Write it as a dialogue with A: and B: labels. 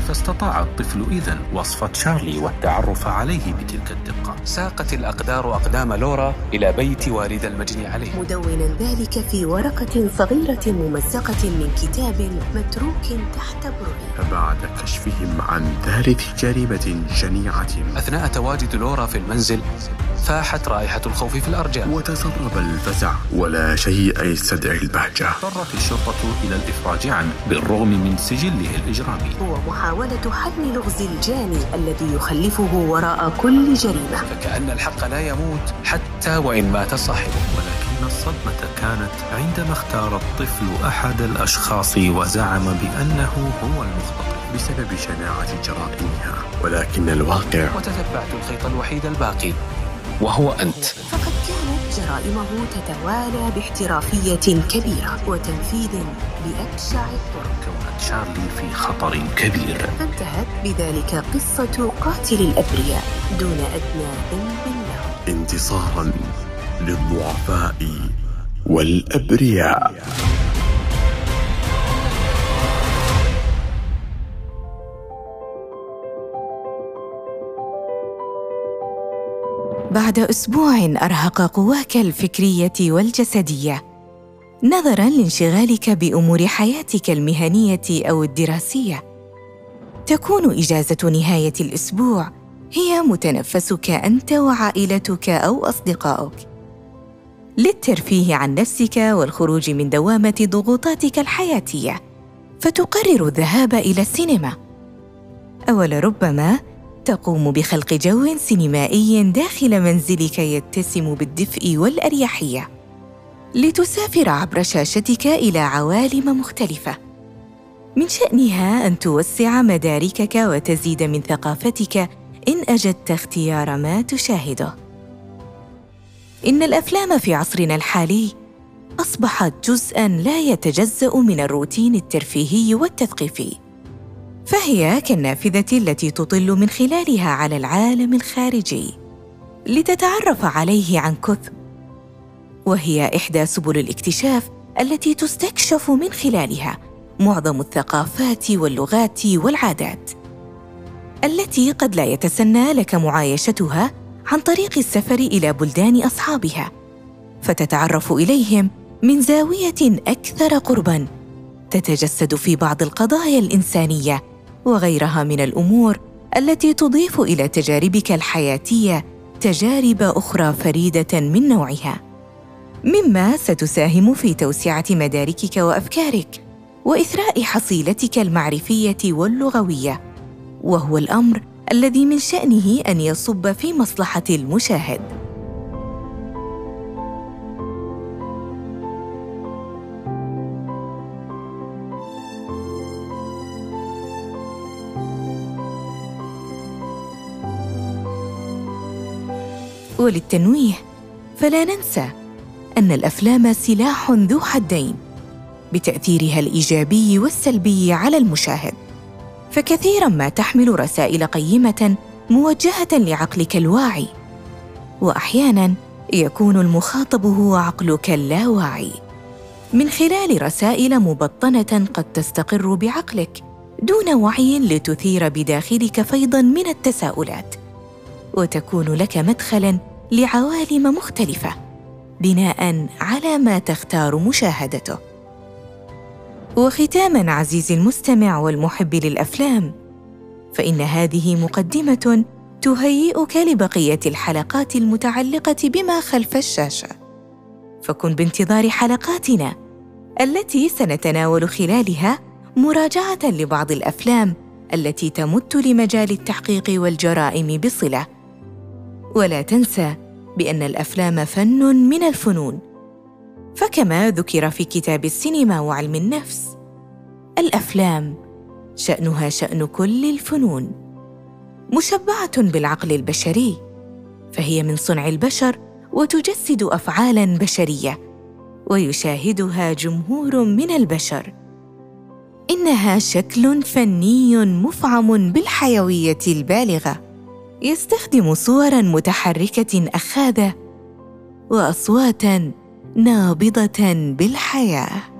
A: كيف استطاع الطفل إذن وصف تشارلي والتعرف عليه بتلك الدقة؟
B: ساقت الأقدار أقدام لورا إلى بيت والد المجني عليه،
C: مدونا ذلك في ورقة صغيرة ممزقة من كتاب متروك تحت برهن.
D: فبعد كشفهم عن ثالث جريمة شنيعة،
B: أثناء تواجد لورا في المنزل فاحت رائحة الخوف في الأرجاء
D: وتسرب الفزع، ولا شيء يستدعي البهجة.
A: اضطرت الشرطة إلى الإفراج عنه بالرغم من سجله الإجرامي.
C: هو محاولة حل لغز الجاني الذي يخلفه وراء كل جريمة.
B: فكأن الحق لا يموت حتى وإن مات صاحبه.
A: ولكن الصدمة كانت عندما اختار الطفل أحد الأشخاص وزعم بأنه هو المخطئ
D: بسبب شناعة جرائمها، ولكن الواقع.
B: وتتبعت الخيط الوحيد الباقي وهو أنت.
C: فقد كانت جرائمه تتوالى باحترافية كبيرة وتنفيذ بأبشع الطرق.
A: كون تشارلي في خطر كبير.
C: فانتهت بذلك قصة قاتل الأبرياء دون أدنى ذنب له،
D: انتصارا للضعفاء والأبرياء.
E: بعد أسبوع أرهق قواك الفكرية والجسدية نظراً لانشغالك بأمور حياتك المهنية أو الدراسية، تكون إجازة نهاية الأسبوع هي متنفسك أنت وعائلتك أو أصدقائك للترفيه عن نفسك والخروج من دوامة ضغوطاتك الحياتية، فتقرر الذهاب إلى السينما، أو لربما تقوم بخلق جو سينمائي داخل منزلك يتسم بالدفء والأريحية، لتسافر عبر شاشتك إلى عوالم مختلفة من شأنها أن توسع مداركك وتزيد من ثقافتك إن أجدت اختيار ما تشاهده. إن الأفلام في عصرنا الحالي أصبحت جزءاً لا يتجزأ من الروتين الترفيهي والتثقيفي، فهي كالنافذة التي تطل من خلالها على العالم الخارجي لتتعرف عليه عن كثب، وهي إحدى سبل الاكتشاف التي تستكشف من خلالها معظم الثقافات واللغات والعادات التي قد لا يتسنى لك معايشتها عن طريق السفر إلى بلدان أصحابها، فتتعرف إليهم من زاوية أكثر قرباً تتجسد في بعض القضايا الإنسانية وغيرها من الأمور التي تضيف إلى تجاربك الحياتية تجارب أخرى فريدة من نوعها، مما ستساهم في توسعة مداركك وأفكارك وإثراء حصيلتك المعرفية واللغوية، وهو الأمر الذي من شأنه أن يصب في مصلحة المشاهد. وللتنويه فلا ننسى أن الأفلام سلاح ذو حدين بتأثيرها الإيجابي والسلبي على المشاهد، فكثيراً ما تحمل رسائل قيمة موجهة لعقلك الواعي، وأحياناً يكون المخاطب هو عقلك اللاواعي من خلال رسائل مبطنة قد تستقر بعقلك دون وعي لتثير بداخلك فيضاً من التساؤلات، وتكون لك مدخلاً لعوالم مختلفة بناءً على ما تختار مشاهدته. وختاماً عزيزي المستمع والمحب للأفلام، فإن هذه مقدمة تهيئك لبقية الحلقات المتعلقة بما خلف الشاشة، فكن بانتظار حلقاتنا التي سنتناول خلالها مراجعة لبعض الأفلام التي تمت لمجال التحقيق والجرائم بصلة. ولا تنسى بأن الأفلام فن من الفنون، فكما ذكر في كتاب السينما وعلم النفس، الأفلام شأنها شأن كل الفنون، مشبعة بالعقل البشري، فهي من صنع البشر وتجسد أفعالاً بشرية ويشاهدها جمهور من البشر. إنها شكل فني مفعم بالحيوية البالغة، يستخدم صوراً متحركة أخاذة وأصواتاً نابضة بالحياة.